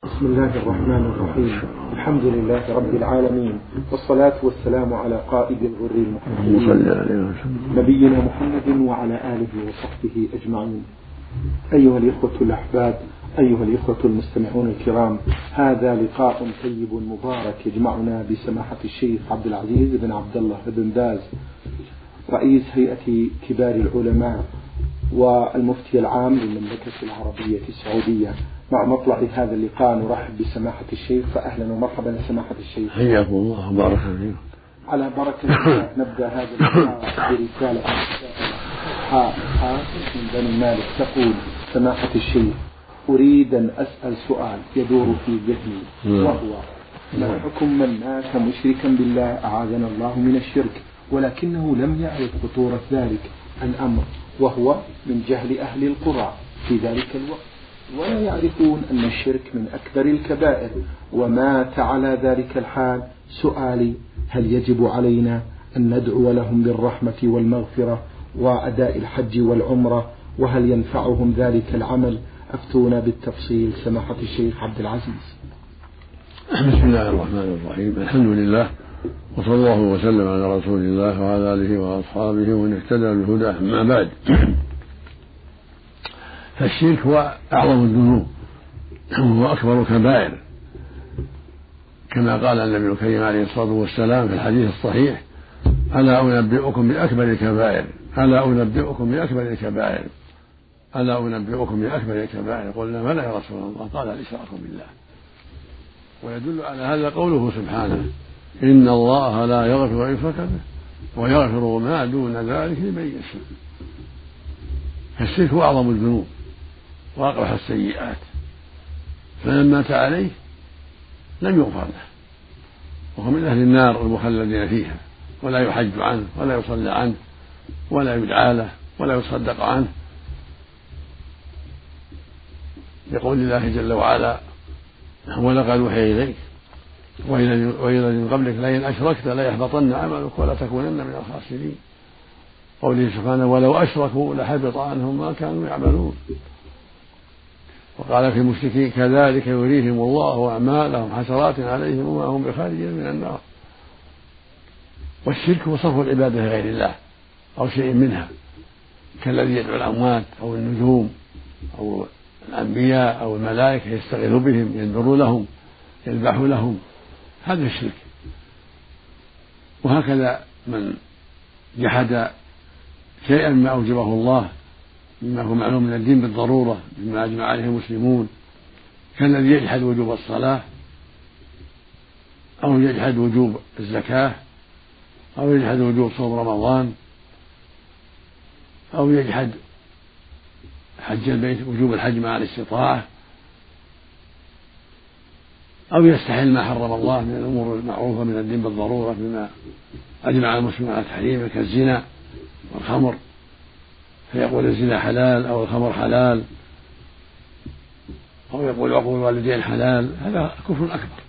بسم الله الرحمن الرحيم. الحمد لله رب العالمين، والصلاة والسلام على قائد الغر المحمدين نبينا محمد وعلى آله وصحبه أجمعين. أيها الإخوة الأحباب، أيها الإخوة المستمعون الكرام، هذا لقاء طيب مبارك يجمعنا بسماحة الشيخ عبد العزيز بن عبد الله بن باز رئيس هيئة كبار العلماء والمفتي العام للمملكة العربية السعودية. مع مطلع هذا اللقاء نرحب بسماحة الشيخ، فأهلا ومرحبا سماحة الشيخ. حياكم الله وبارك فيكم. على بركة الله نبدأ هذا اللقاء برسالة من بني مالك تقول: سماحة الشيخ، أريد أن أسأل سؤال يدور في ذهني، وهو: ما حكم من مات مشركا بالله أعاذنا الله من الشرك، ولكنه لم يعرف خطورة ذلك الأمر، وهو من جهل أهل القرى في ذلك الوقت، ولا يعرفون أن الشرك من أكبر الكبائر، ومات على ذلك الحال. سؤالي: هل يجب علينا أن ندعو لهم بالرحمة والمغفرة وأداء الحج والعمرة، وهل ينفعهم ذلك العمل؟ أفتونا بالتفصيل سماحة الشيخ عبد العزيز. بسم الله الرحمن الرحيم. الحمد لله، وصلى الله وسلم على رسول الله وعلى آله وأصحابه ومن اهتدى بهداه. أما بعد، فالشرك هو أعظم الذنوب وهو أكبر الكبائر، كما قال النبي الكريم عليه الصلاة والسلام في الحديث الصحيح: ألا أنبئكم بأكبر الكبائر، ألا أنبئكم بأكبر الكبائر، ألا أنبئكم بأكبر الكبائر. قلنا: بلى يا رسول الله. قال: الإشراك بالله. ويدل على هذا قوله سبحانه: إن الله لا يغفر أن يشرك به ويغفر ما دون ذلك لمن يشاء. فالشرك هو أعظم الذنوب وأقبح السيئات، فمن مات عليه لم يغفر له، وهو من أهل النار المخلدين فيها، ولا يحج عنه ولا يصلى عنه ولا يدعى له ولا يصدق عنه، يقول الله جل وعلا: ولقد أوحي إليك وإلى من قبلك لئن أشركت ليحبطن عملك ولا تكونن من الخاسرين. قوله سبحانه: ولو أشركوا لحبط عنهم ما كانوا يعملون. وقال في المشركين: كذلك يريهم الله أعمالهم حسرات عليهم وما هم بخارجين من النار. والشرك هو صرف العبادة لغير الله أو شيء منها، كالذي يدعو الأموات أو النجوم أو الأنبياء أو الملائكة يستغيث بهم، ينذر لهم، يذبح لهم، هذا الشرك. وهكذا من جحد شيئا ما أوجبه الله مما هو معلوم من الدين بالضرورة مما أجمع عليه المسلمون، كالذي يجحد وجوب الصلاة أو يجحد وجوب الزكاة أو يجحد وجوب صوم رمضان أو يجحد حج البيت، وجوب الحج مع الاستطاعة، أو يستحل ما حرم الله من الأمور المعروفة من الدين بالضرورة بما أجمع المسلمون على تحريمه كالزنا والخمر، فيقول الزنا حلال أو الخمر حلال، أو يقول عقوق الوالدين حلال. هذا كفر أكبر،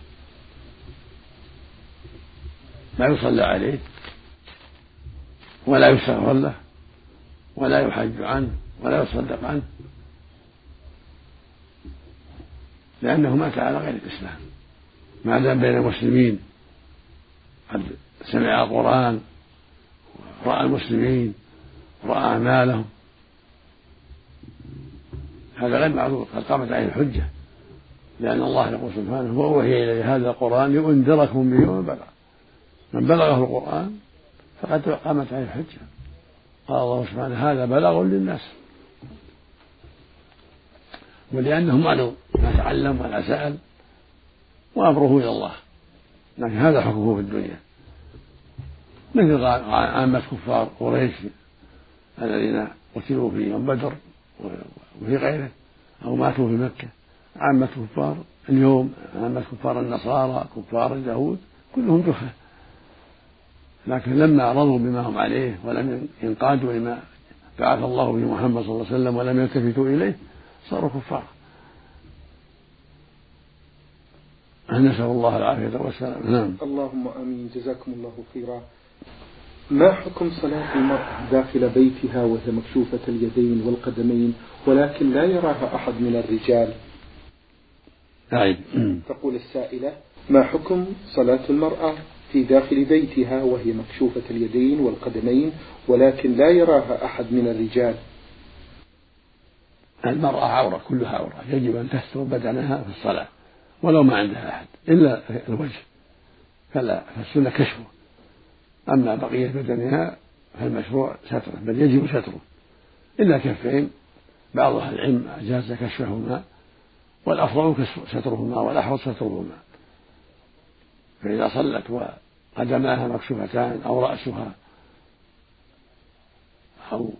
لا يصلى عليه ولا يستغفر له ولا يحج عنه ولا يصدق عنه، لأنه مات على غير الإسلام. ما دام بين المسلمين قد سمع القرآن ورأى المسلمين ورأى أعمالهم، هذا غير معذور، قد قامت عليه الحجة، لأن الله يقول سبحانه: وأوحي إلي هذا القرآن لأنذركم به ومن بلغ. من بلغه القرآن فقد قامت عليه الحجة. قال الله سبحانه: هذا بلاغ للناس. ولأنه معلوم ما تعلم ولا سأل وأمره إلى الله، لكن هذا حكمه في الدنيا، مثل عامة كفار قريش الذين قتلوا في يوم بدر وفي غيره أو ماتوا في مكة. عامة كفار اليوم، عامة كفار النصارى، كفار اليهود، كلهم جهال، لكن لما رضوا بما هم عليه ولم ينقادوا لما بعث الله به محمد صلى الله عليه وسلم ولم يلتفتوا إليه صاروا كفار. نسأل الله العافية والسلام. نعم. اللهم آمين. جزاكم الله خيرا. ما حكم صلاة المرأة داخل بيتها وهي مكشوفة اليدين والقدمين ولكن لا يراها أحد من الرجال؟ تقول السائلة: ما حكم صلاة المرأة في داخل بيتها وهي مكشوفة اليدين والقدمين ولكن لا يراها أحد من الرجال؟ المرأة عورة، كلها عورة، يجب أن تستر بدنها في الصلاة ولو ما عندها أحد إلا الوجه، فالسنة كشفه، أما بقية بدنها فالمشروع ستره، بل يجب ستره إلا كفين، بعض أهل العلم أجاز كشفهما، والأفضل سترهما والأحوط سترهما. فإذا صلت وقدماها مكشوفتان أو رأسها أو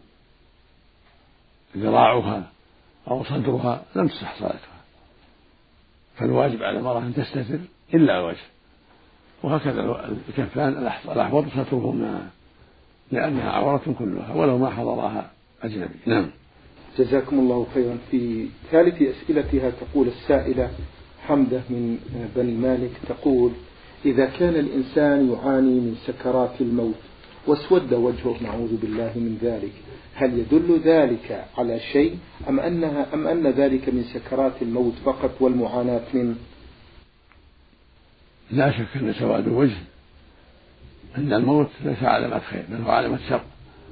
ذراعها أو صدرها لم تصح صلاتها، فالواجب على المرأة أن تستتر إلا الوجه، وهكذا الكفان الأحوط سترهما لأنها عورة كلها ولو ما حضرها أجنبي. نعم. جزاكم الله خيرا. في ثالث أسئلتها تقول السائلة حمدة من بني مالك، تقول: إذا كان الإنسان يعاني من سكرات الموت واسود وجهه نعوذ بالله من ذلك، هل يدل ذلك على شيء أم أن ذلك من سكرات الموت فقط والمعاناة منه؟ لا شك أن سواد الوجه عند الموت ليس علامة خير بل هو علامة شر،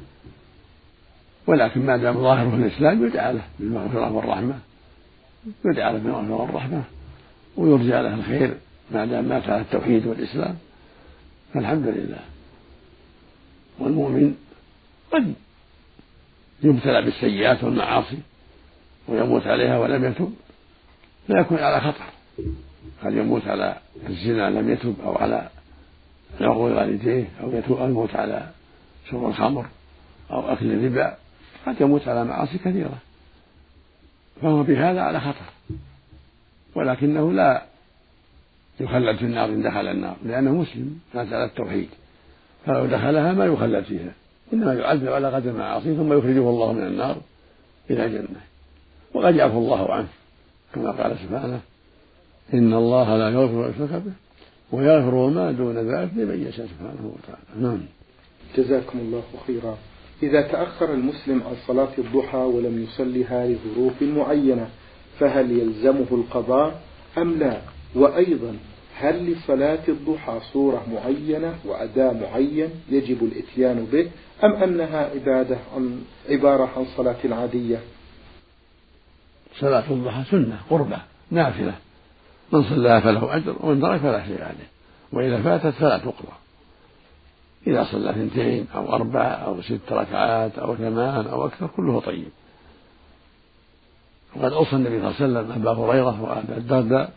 ولكن ما دام ظاهره الإسلام يدعى له بالمغفرة والرحمة، يدعى له بالمغفرة والرحمة ويرجى له الخير ما دام مات على التوحيد والإسلام، فالحمد لله. والمؤمن قد يبتلى بالسيئات والمعاصي ويموت عليها ولم يتب لا يكون على خطر، قد يموت على الزنا لم يتب، أو على عقوق والديه، أو يموت على شرب الخمر أو أكل الربا، قد يموت على معاصي كثيرة، فهو بهذا على خطر، ولكنه لا يخلد في النار إن دخل النار، لأنه مسلم مات على التوحيد، فلو دخلها ما يخلد فيها، إنما يعذب على قدر معاصيه ثم يخرجه الله من النار إلى جنة، وقد يعفو الله عنه كما قال سبحانه: إن الله لا يغفر أن يشرك به ويغفر ما دون ذلك لمن يشاء سبحانه وتعالى. نعم. جزاكم الله خيرا. إذا تأخر المسلم عن صلاة الضحى ولم يصلها لظروف معينة فهل يلزمه القضاء أم لا؟ وأيضا هل لصلاة الضحى صورة معينة وأداء معين يجب الإتيان به أم أنها عبارة عن صلاة عادية؟ صلاة الضحى سنة قربة نافلة، من صلاها فله أجر ومن ترك فلا شيء عليه، وإذا فاتت فلا تقضى. إذا صلى 2 أو 4 أو 6 ركعات أو 8 أو أكثر كله طيب. وقد أوصى النبي صلى الله عليه وسلم أبا هريرة وأبا الدرداء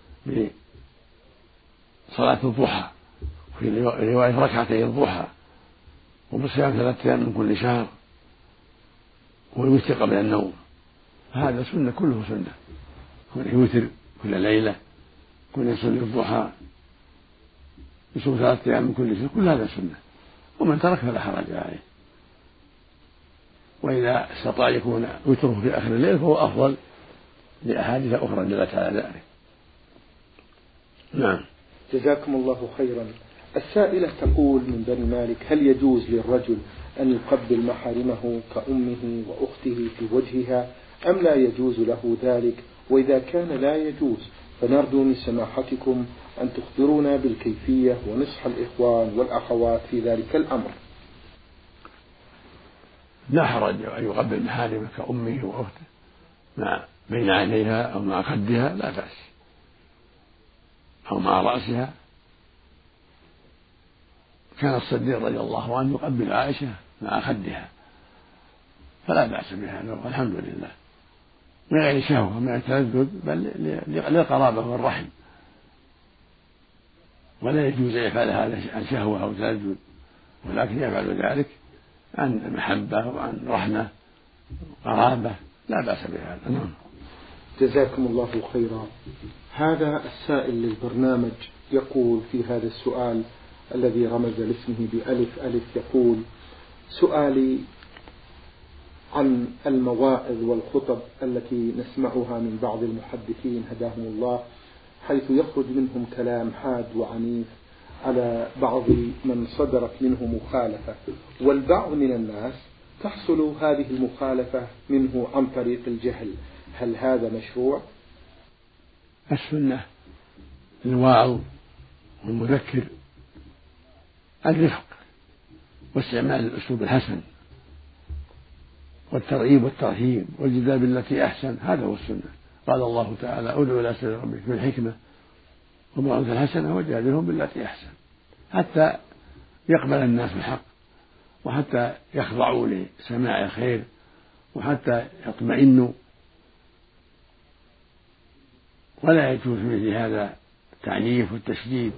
بصلاة الضحى، في رواية 2 ركعتي الضحى، وبصيام 3 أيام من كل شهر، والوتر قبل النوم. هذا سنة كله سنة، كل يوتر كل ليلة، كل يصلي الضحى، يصوم 3 أيام من كل شهر، كل هذا سنة، ومن ترك فلا حرج عليه. وإذا استطاع يكون وتره في آخر الليل فهو أفضل لأحاديث أخرى دلت على ذلك. نعم. جزاكم الله خيرا. السائلة تقول من بني مالك: هل يجوز للرجل أن يقبل محارمه كأمه وأخته في وجهها أم لا يجوز له ذلك؟ وإذا كان لا يجوز فنرجو من سماحتكم أن تخبرونا بالكيفية ونصح الإخوان والأخوات في ذلك الأمر. لا حرج أن يقبل محارمه كأمه وأخته بين عينيها أو مع خدها، لا بأس، أو مع رأسها. كان الصديق رضي الله عنه يقبل عائشة مع خدها، فلا بأس بهذا والحمد لله، من غير شهوة من التلذذ بل للقرابة والرحم، ولا يجوز أن يفعل هذا عن شهوة أو تلذذ، ولكن يفعل ذلك عن محبة وعن رحمة وقرابة، لا بأس بهذا. نعم. جزاكم الله خيرا. هذا السائل للبرنامج يقول في هذا السؤال الذي رمز لاسمه بألف ألف، يقول: سؤالي عن المواعظ والخطب التي نسمعها من بعض المحدثين هداهم الله، حيث يخرج منهم كلام حاد وعنيف على بعض من صدرت منه مخالفة، والبعض من الناس تحصل هذه المخالفة منه عن طريق الجهل، هل هذا مشروع؟ السنة الواعظ والمذكر الرفق واستعمال الأسلوب الحسن والترغيب والترهيب والجدال بالتي أحسن، هذا هو السنة. قال الله تعالى: ادع إلى سبيل ربك بالحكمة والموعظة الحسنة وجادلهم بالتي أحسن، حتى يقبل الناس الحق، وحتى يخضعوا لسماع الخير، وحتى يطمئنوا. ولا يجوز مثل هذا التعنيف والتشديد،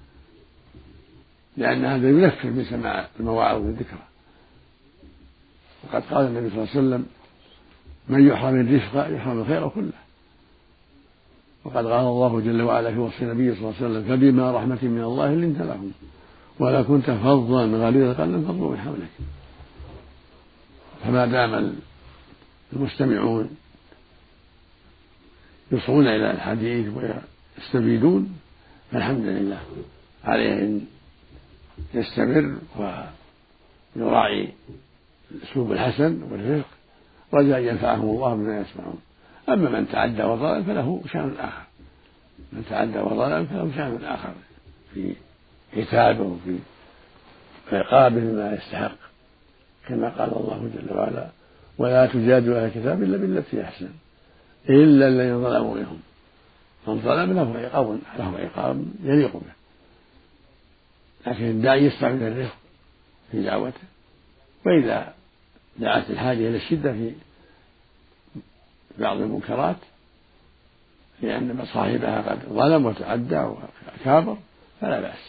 لأن هذا ينفر من سماع المواعظ والذكرى. وقد قال النبي صلى الله عليه وسلم: من يحرم الرفق يحرم الخير كله. وقد قال الله جل وعلا في وصف النبي صلى الله عليه وسلم: فبما رحمة من الله لنت لهم ولا كنت فظا غليظ القلب انفضوا من حولك. فما دام المستمعون يصغون إلى الحديث ويستفيدون فالحمد لله، عليه أن يستمر ويراعي الأسلوب الحسن والرفق رجاء ينفعهم الله بما يسمعون. أما من تعدى وظلم فله شأن آخر، من تعدى وظلم فله شأن آخر في عتابه وفي عقابه بما يستحق، كما قال الله جل وعلا: ولا تجادلوا أهل الكتاب إلا بالتي أحسن إلا الذين ظلموا منهم، من ظلم له عقاب يليق به. لكن الداعي يستعمل الرفق في دعوته، وإذا دعت الحاجة إلى الشدة في بعض المنكرات لأن صاحبها قد ظلم وتعدى وكابر فلا بأس.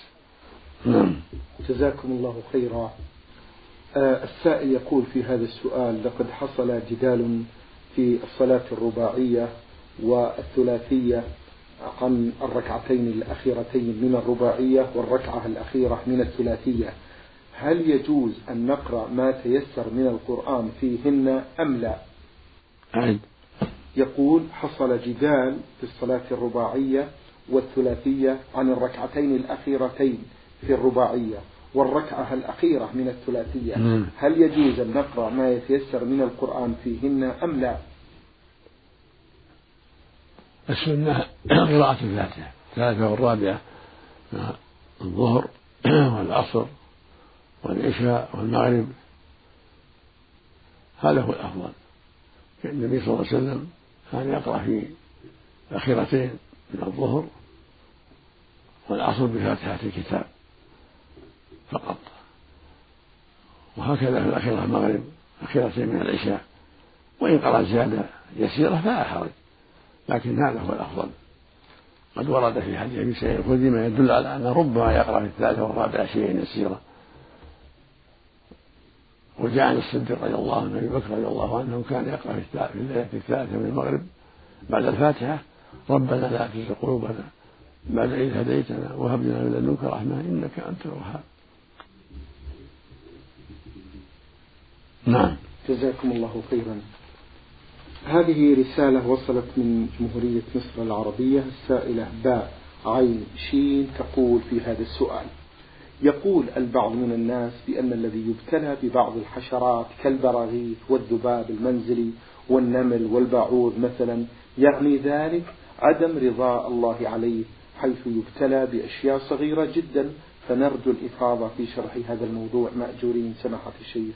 جزاكم الله خيرا. السائل يقول في هذا السؤال: لقد حصل جدال في الصلاة الرباعية والثلاثية عن الركعتين الأخيرتين من الرباعية والركعة الأخيرة من الثلاثية، هل يجوز أن نقرأ ما تيسر من القرآن فيهن أم لا؟ يقول: حصل جدال في الصلاة الرباعية والثلاثية عن الركعتين الأخيرتين في الرباعية والركعة الأخيرة من الثلاثية، هل يجوز أن نقرأ ما يتيسر من القرآن فيهن أم لا؟ السنة قراءة الفاتحة، الثالثة والرابعة الظهر والعصر والعشاء والمغرب، هذا هو الأفضل. النبي صلى الله عليه وسلم كان يقرأ في الأخيرتين من الظهر والعصر بفاتحة الكتاب فقط، وهكذا في الأخيرة المغرب، الأخيرتين من العشاء، وإن قرأ زيادة يسيرة فلا حرج، لكن هذا هو الأفضل. قد ورد في حديث أبي سعيد الخدري ما يدل على أن ربما يقرأ في الثالثة والرابعة شيئا يسيرا. وجاء عن الصديق رضي الله عنه أبي بكر رضي الله عنه كان يقرأ في الليلة الثالثة من المغرب بعد الفاتحة: ربنا لا تزغ قلوبنا بعد إذ هديتنا وهب لنا من لدنك رحمة إنك أنت الوهاب. نعم. جزاكم الله خيرا. هذه رسالة وصلت من جمهورية مصر العربية، السائلة باء عين شين تقول في هذا السؤال: يقول البعض من الناس بأن الذي يبتلى ببعض الحشرات كالبراغيث والذباب المنزلي والنمل والباعوض مثلا يعني ذلك عدم رضا الله عليه، حيث يبتلى بأشياء صغيرة جدا، فنرجو الإفاضة في شرح هذا الموضوع مأجورين سماحة الشيخ.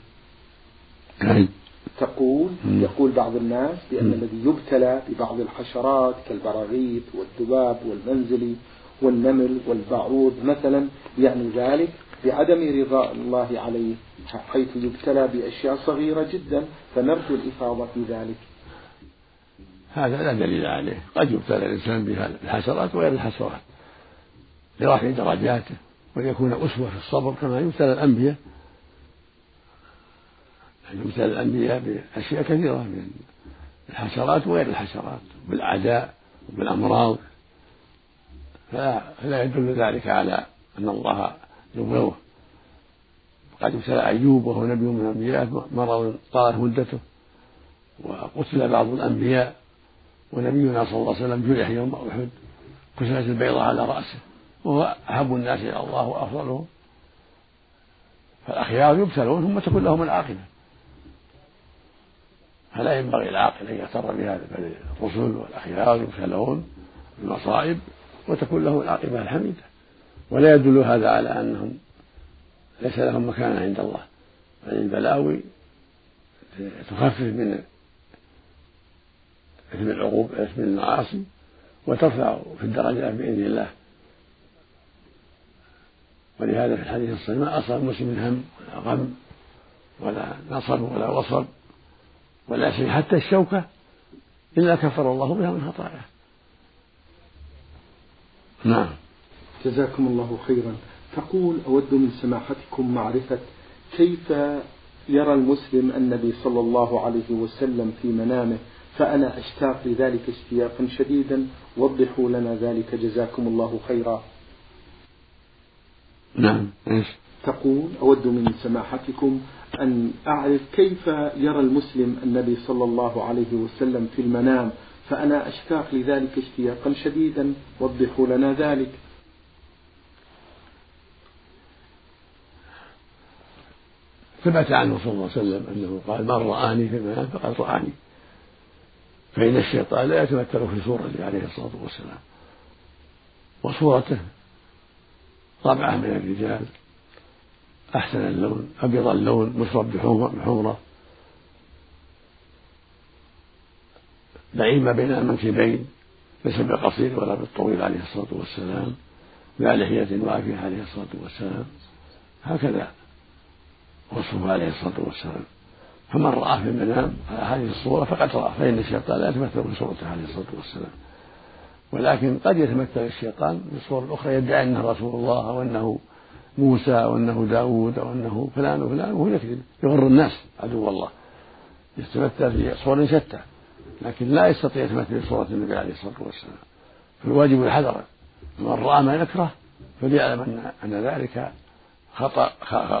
يقول بعض الناس بأن الذي يبتلى ببعض الحشرات كالبراغيث والذباب والمنزلي والنمل والباعوض مثلا يعني ذلك بعدم رضا الله عليه، حيث يبتلى بأشياء صغيرة جدا، فنرجو الإفاضة في ذلك. هذا لا دليل عليه، قد يبتلى الإنسان بالحشرات وغير الحشرات لرفع درجاته وليكون أسوة في الصبر، كما يبتلى الأنبياء، يبتلى الأنبياء بأشياء كثيرة من الحشرات وغير الحشرات، بالأعداء وبالأمراض، فلا يدل ذلك على أن الله يبغضه. قد ابتلى أيوب وهو نبي من الأنبياء مرض طالت مدته، وقتل بعض الأنبياء، ونبينا صلى الله عليه وسلم جرح يوم أحد كسرت البيضة على رأسه، وهو أحب الناس إلى الله وأفضلهم. فالأخيار يبتلون ثم تكون لهم العاقبة، فلا ينبغي العاقل أن يغتر بهذا، بل الرسل والأخيار يبتلون المصائب وتكون لهم العاقبة الحميدة. ولا يدل هذا على أنهم ليس لهم مكانة عند الله، بل البلاوي تخفف من إثم العقوبة إثم المعاصي وترفع في الدرجات بإذن الله. ولهذا في الحديث الصحيح ما أصاب المسلم من هم ولا غم ولا نصب ولا وصب ولا شيء حتى الشوكة إلا كفر الله بها من خطاياه. نعم. جزاكم الله خيرا. تقول: أود من سماحتكم معرفة كيف يرى المسلم النبي صلى الله عليه وسلم في منامه، فأنا أشتاق لذلك اشتياقا شديدا، وضحوا لنا ذلك جزاكم الله خيرا. نعم. تقول: أود من سماحتكم أن أعرف كيف يرى المسلم النبي صلى الله عليه وسلم في المنام، فأنا أشتاق لذلك اشتياقا شديدا، وضحوا لنا ذلك. ثبت عنه صلى الله عليه وسلم أنه قال: من رآني في المنام فقد رآني. فإن الشيطان لا يتمثل في صورته عليه الصلاة والسلام، وصورته طبعه من الرجال أحسن اللون أبيض اللون مشرب بحمرة بعيد ما بين المنكبين، ليس بالقصير ولا بالطويل عليه الصلاة والسلام، لا لحية وافية عليه الصلاة والسلام، هكذا وصفه عليه الصلاة والسلام. فمن رآه في المنام على هذه الصورة فقد رآه، فإن الشيطان لا يتمثل بصورته عليه الصلاة والسلام. ولكن قد يتمثل الشيطان بصورة أخرى يدعي أنه رسول الله أو أنه موسى أو أنه داود أو أنه فلان وفلان، وهو يكذب يغر الناس عدو الله، يتمثل في صور شتى، لكن لا يستطيع يتمثل بصورة النبي عليه الصلاة والسلام. فالواجب الحذر، من رأى ما يكره فليعلم أن ذلك خطأ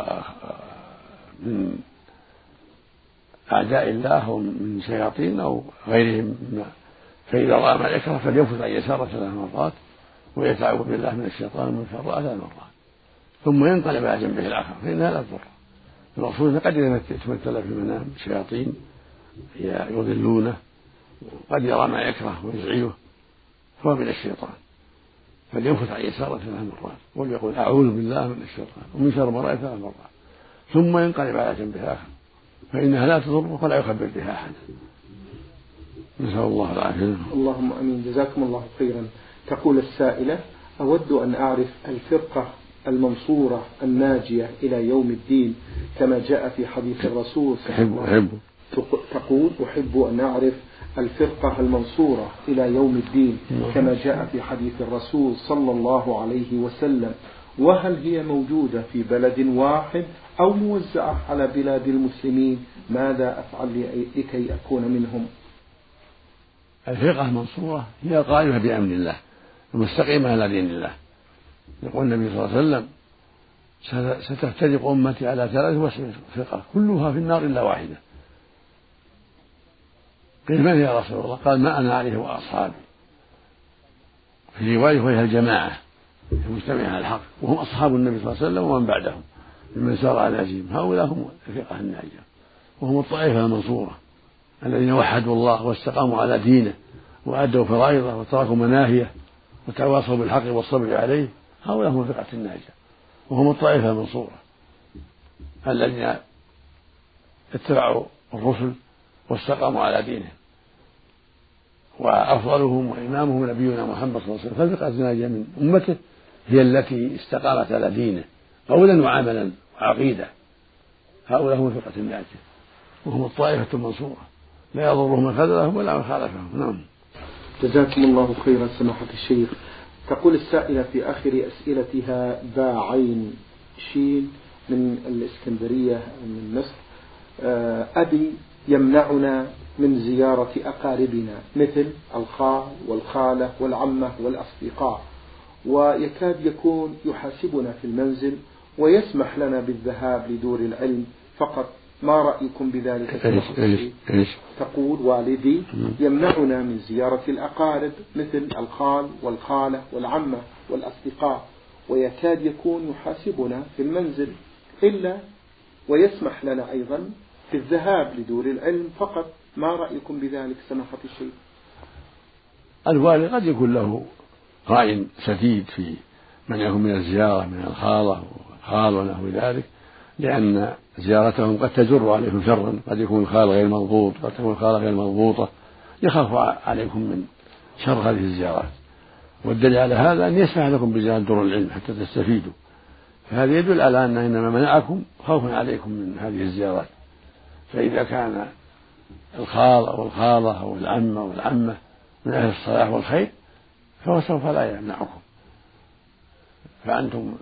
من أعداء الله ومن شياطين أو غيرهم، فإذا رأى ما يكره فلينفث عن يساره 3 مرات ويتعوذ بالله من الشيطان من شر 3 مرات، ثم ينقلب على جنبه الآخر فإنها لا تضر. الرسول قد يتمثل في المنام شياطين يضلونه، وقد يرى ما يكره ويزعجه فهو من الشيطان، فلينفث عن يساره 3 مرات وليقول: أعوذ بالله من الشيطان ومن شر ما رأى 3 مرات، ثم ينقلب على جنبه الآخر فإنها لا تضر ولا يخبر بها أحد. نسأل الله العافية. اللهم آمين. جزاكم الله خيرا. تقول السائلة: أود أن أعرف الفرقة المنصورة الناجية إلى يوم الدين كما جاء في حديث الرسول صلى الله عليه وسلم. تقول: أحب أن أعرف الفرقة المنصورة إلى يوم الدين كما جاء في حديث الرسول صلى الله عليه وسلم، وهل هي موجودة في بلد واحد أو موزعة على بلاد المسلمين؟ ماذا أفعل لكي أكون منهم؟ الفرقة المنصورة هي القائمة بأمر الله المستقيمة على دين الله. يقول النبي صلى الله عليه وسلم: ستفترق أمتي على 73 فرقة كلها في النار إلا واحدة. قيل: من يا رسول الله؟ قال: ما أنا عليه وأصحابي. في رواية: وهي الجماعة المجتمعة على الحق، وهم أصحاب النبي صلى الله عليه وسلم ومن بعدهم ممن سار على نهجهم. هؤلاء هم الفرقة الناجية، وهم الطائفة المنصورة الذين وحدوا الله واستقاموا على دينه وأدوا فرائضه وتركوا مناهيه وتواصوا بالحق والصبر عليه. هؤلاء هم الفرقة الناجية، وهم الطائفة المنصورة الذين اتبعوا الرسل واستقاموا على دينه، وأفضلهم وإمامهم نبينا محمد صلى الله عليه وسلم. فالفرقة الناجية من أمته هي التي استقامت على دينه قولا وعملا وعقيدة. هؤلاء هم الفرقة الناجية، وهم الطائفة المنصورة، لا يضرهم من خذلهم ولا من خالفهم. نعم. جزاكم الله خيرا سماحة الشيخ. تقول السائلة في آخر أسئلتها: باعين شين من الإسكندرية من مصر: أبي يمنعنا من زيارة أقاربنا مثل الخال والخالة والعمة والأصدقاء، ويكاد يكون يحاسبنا في المنزل ويسمح لنا بالذهاب لدور العلم فقط، ما رأيكم بذلك؟ تقول: والدي يمنعنا من زيارة الأقارب مثل الخال والخالة والعمة والأصدقاء، ويكاد يكون يحاسبنا في المنزل إلا ويسمح لنا أيضا في الذهاب لدور العلم فقط، ما رأيكم بذلك سماحة الشيخ؟ الوالد قد يكون له رأي سديد في من يكون من الزيارة من الخالة والخال ونحو ذلك، لأن زيارتهم قد تجر عليكم شرا، قد يكون الخال غير مضبوط، قد تكون الخالة غير مضبوطة، يخاف عليكم من شر هذه الزيارات. والدليل على هذا أن يسمح لكم بزيارة دور العلم حتى تستفيدوا، فهذا يدل على أن إنما منعكم خوف عليكم من هذه الزيارات. فإذا كان الخال أو الخالة أو العم أو العمة من أهل الصلاح والخير فهو سوف لا يمنعكم، فأنتم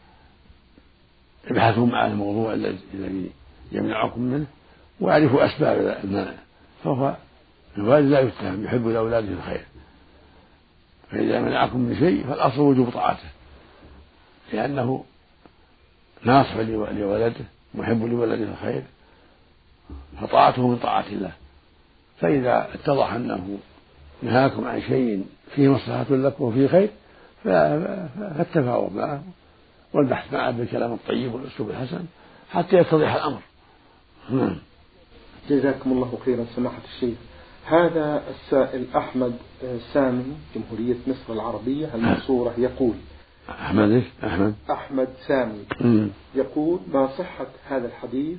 ابحثوا عن الموضوع الذي يمنعكم منه واعرفوا أسباب المنع، فهو الوالد لا يتهم، يحب لأولاده الخير، فإذا منعكم من شيء فالأصل وجوب طاعته، لأنه ناصح لولده محب لولده الخير، فطاعته من طاعة الله. فإذا اتضح أنه نهاكم عن شيء فيه مصلحة لكم وفيه خير فالتفاوض معه والبحث معه بالكلام الطيب والأسلوب الحسن حتى يتضح الأمر. جزاكم الله خيرا سماحة الشيخ. هذا السائل أحمد سامي جمهورية مصر العربية المنصورة يقول أحمد سامي يقول: ما صحة هذا الحديث؟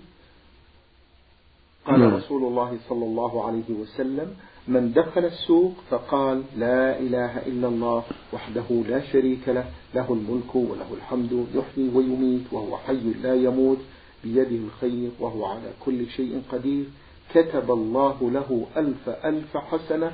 قال رسول الله صلى الله عليه وسلم: من دخل السوق فقال لا إله إلا الله وحده لا شريك له، له الملك وله الحمد يحيي ويميت وهو حي لا يموت بيده الخير وهو على كل شيء قدير، كتب الله له 1000 حسنة.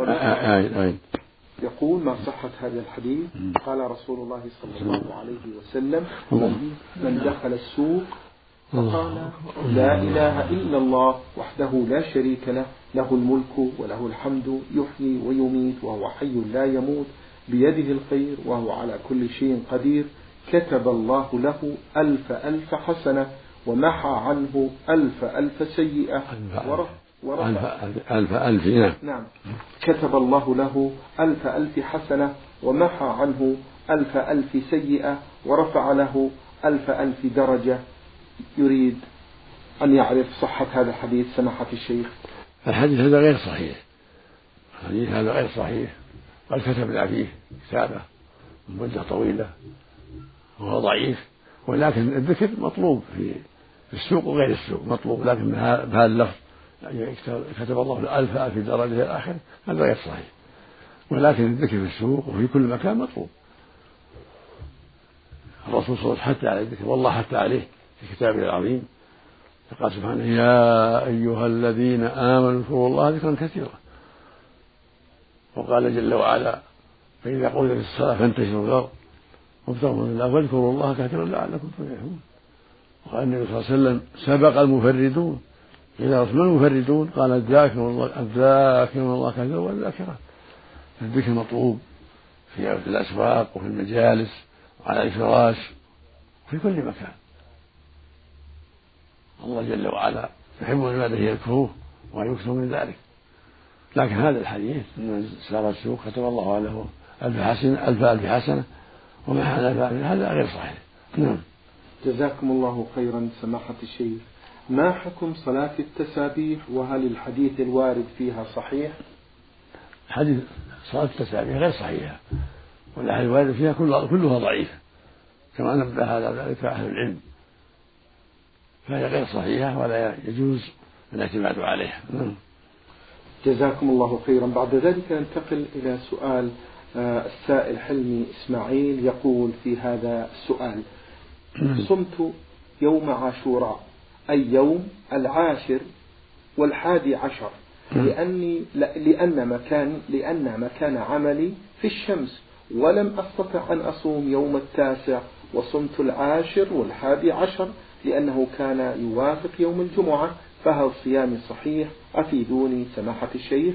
يقول: ما صحة هذا الحديث؟ قال رسول الله صلى الله عليه وسلم: من دخل السوق فقال لا إله إلا الله وحده لا شريك له، له الملك وله الحمد يحيي ويميت وهو حي لا يموت بيده الخير وهو على كل شيء قدير، كتب الله له 1000 حسنة ومحى عنه 1000 سيئة نعم، كتب الله له 1000 حسنة ومحى عنه 1000 سيئة ورفع له 1000 درجة. يريد أن يعرف صحة هذا الحديث سماحة الشيخ. الحديث هذا غير صحيح، الحديث هذا غير صحيح، قد كتبنا فيه كتابة مدة طويلة وهو ضعيف، ولكن الذكر مطلوب في السوق وغير السوق مطلوب، لكن بهذا اللفظ يعني كتب الله 1000 درجة إلى الآخر هذا غير صحيح، ولكن الذكر في السوق وفي كل مكان مطلوب. الرسول صلى الله عليه وسلم حتى على الذكر، والله حتى عليه في كتابه العظيم، فقال سبحانه: يا أيها الذين آمنوا اذكروا الله ذكرا كثيرا. وقال جل وعلا: فإذا قضيت الصلاة فانتشروا في الأرض وابتغوا من الله واذكروا الله كثيرا لعلكم تفلحون. وقال النبي صلى الله عليه وسلم: سبق المفردون. إذا رسم المفردون قال: الذاكرون الله كثيرا والذاكرات. الذكر مطلوب في الأسواق وفي المجالس وعلى الفراش في كل مكان. الله جل وعلا يحب عباده يذكروه ويكثروا من ذلك، لكن هذا الحديث من سار السوق كتب الله له 1000 حسنة ومحى 1000 هذا غير صحيح. نعم. جزاكم الله خيرا سماحة الشيخ. ما حكم صلاة التسابيح وهل الحديث الوارد فيها صحيح؟ حديث صلاة التسابيح غير صحيحة، والأحاديث الوارد فيها كلها ضعيفة كما نبه على ذلك أهل العلم، فهي غير صحيحة ولا يجوز الاعتماد عليها. جزاكم الله خيرا. بعد ذلك ننتقل إلى سؤال السائل حلمي إسماعيل يقول في هذا السؤال: صمت يوم عاشوراء أي يوم 10 و11 لأن مكان عملي في الشمس، ولم أستطع أن أصوم يوم 9، وصمت 10 و11 لأنه كان يوافق يوم الجمعة، فهل صيامي صحيح؟ أفيدوني سماحة الشيخ.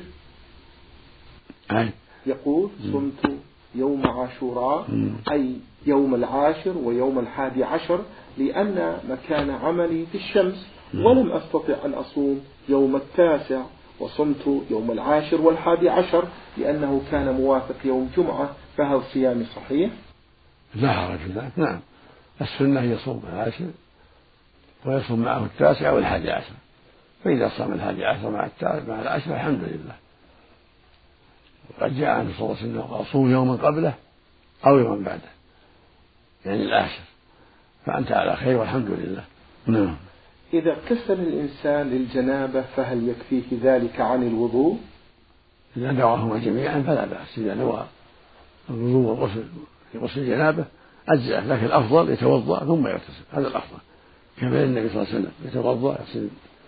يقول: صمت يوم عاشوراء أي يوم 10 ويوم 11 لأن مكان عملي في الشمس، ولم أستطع أن أصوم يوم 9، وصمت يوم 10 و11 لأنه كان موافق يوم جمعة، فهل صيامي صحيح؟ لا حرج في ذلك. نعم، السنة هي صوم 10 ويصوم معه 9 و11، فإذا صام 11 مع 10 الحمد لله. وقد جاء عنه صلى الله عليه وسلم قال صوم يوما قبله أو يوما بعده، يعني العاشر، فأنت على خير والحمد لله. نعم. إذا اغتسل الإنسان للجنابة فهل يكفيه ذلك عن الوضوء؟ إذا نواهما جميعا فلا بأس، إذا نوى الوضوء والغسل في غسل الجنابة أجزأ، لكن الأفضل يتوضأ ثم يغتسل، هذا الأفضل، كما النبي صلى الله عليه وسلم يتوضأ يغسل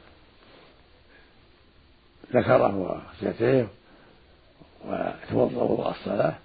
ذكره وخشيته ويتوضأ وضوء الصلاة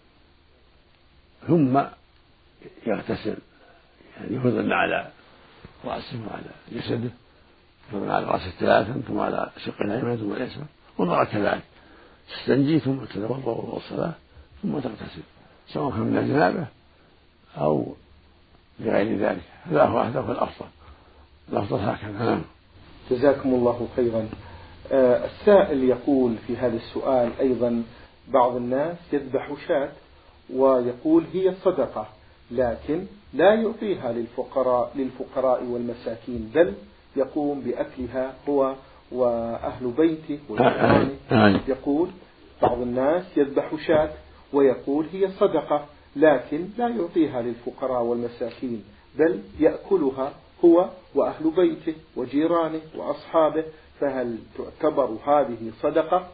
ثم يغتسل، يعني يفضل على رأسه وعلى جسده، ثم على رأسه ثلاثا ثم على شق الأيمن ثم اليسار، والمرأة كذلك تستنجي ثم تتوضأ وضوء الصلاة ثم تغتسل، سواء كان من الجنابة أو لغير ذلك، هذا هو الأفضل، الأفضل هكذا. جزاكم الله خيرا. السائل يقول في هذا السؤال أيضا: بعض الناس يذبح شاة ويقول هي صدقة، لكن لا يعطيها للفقراء والمساكين، بل يقوم بأكلها هو وأهل بيته وجيرانه. يقول بعض الناس يذبح شاة ويقول هي صدقة، لكن لا يعطيها للفقراء والمساكين، بل يأكلها هو وأهل بيته وجيرانه وأصحابه، فهل تعتبر هذه صدقة؟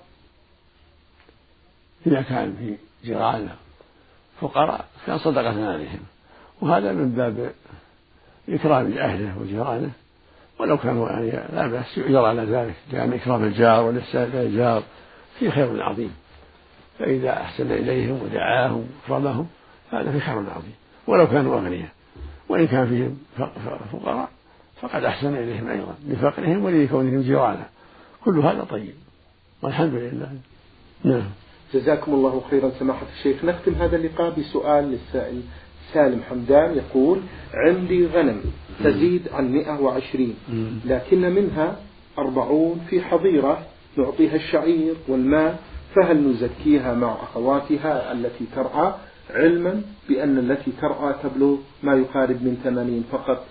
إذا كان في جيرانه فقراء كان صدقة عليهم، وهذا من باب إكرام لأهله وجيرانه، ولو كانوا يعني لا بأس يؤجر على ذلك، لأن إكرام الجار والإحسان إلى الجار فيه خير عظيم، فإذا أحسن إليهم ودعاهم وكرمهم هذا فيه خير عظيم، ولو كانوا أغنياء، وإن كان فيهم فقراء فقد أحسن إليهم أيضا لفقرهم ولكونهم جيرانه، كل هذا طيب والحمد لله. نعم. جزاكم الله خيرا سماحة الشيخ. نختم هذا اللقاء بسؤال للسائل سالم حمدان، يقول: عندي غنم تزيد عن 120، لكن منها 40 في حظيرة نعطيها الشعير والماء، فهل نزكيها مع أخواتها التي ترعى، علما بأن التي ترعى تبلغ ما يقارب من 80 فقط؟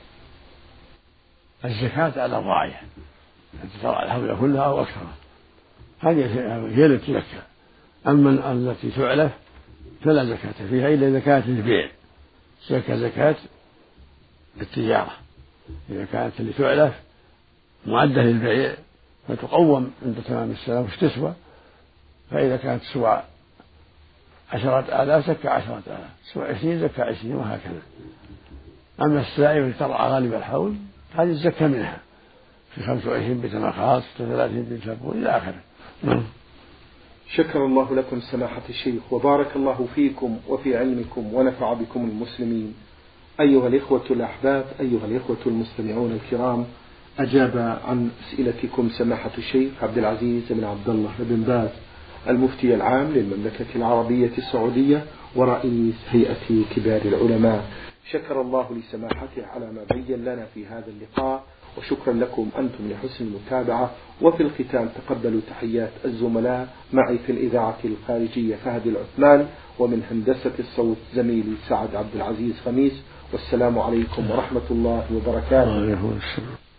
الزكاة على الراعية التي ترعى الحول كلها أو أكثرها، هذه هي التي تزكى، أما التي تعلف فلا زكاة فيها إلا زكاة البيع، زكاة التجارة، إذا كانت اللي تعلف معدة للبيع فتقوم عند تمام السنة وش تسوى، فإذا كانت تسوى 10,000 زكى 10,000، تسوى 20 زكى 20، وهكذا. أما السائل التي ترعى غالب الحول هذه الزكاة منها في 25 بنت مخاص، 30 بنت لبون، إلى آخره. شكر الله لكم سماحة الشيخ، وبارك الله فيكم وفي علمكم ونفع بكم المسلمين. أيها الإخوة الأحباب، أيها الإخوة المستمعون الكرام، أجاب عن أسئلتكم سماحة الشيخ عبد العزيز بن عبد الله بن باز، المفتي العام للمملكة العربية السعودية ورئيس هيئة كبار العلماء. شكر الله لسماحته على ما بين لنا في هذا اللقاء، وشكرا لكم أنتم لحسن المتابعة. وفي الختام تقبلوا تحيات الزملاء معي في الإذاعة الخارجية فهد العثمان، ومن هندسة الصوت زميلي سعد عبد العزيز خميس، والسلام عليكم ورحمة الله وبركاته.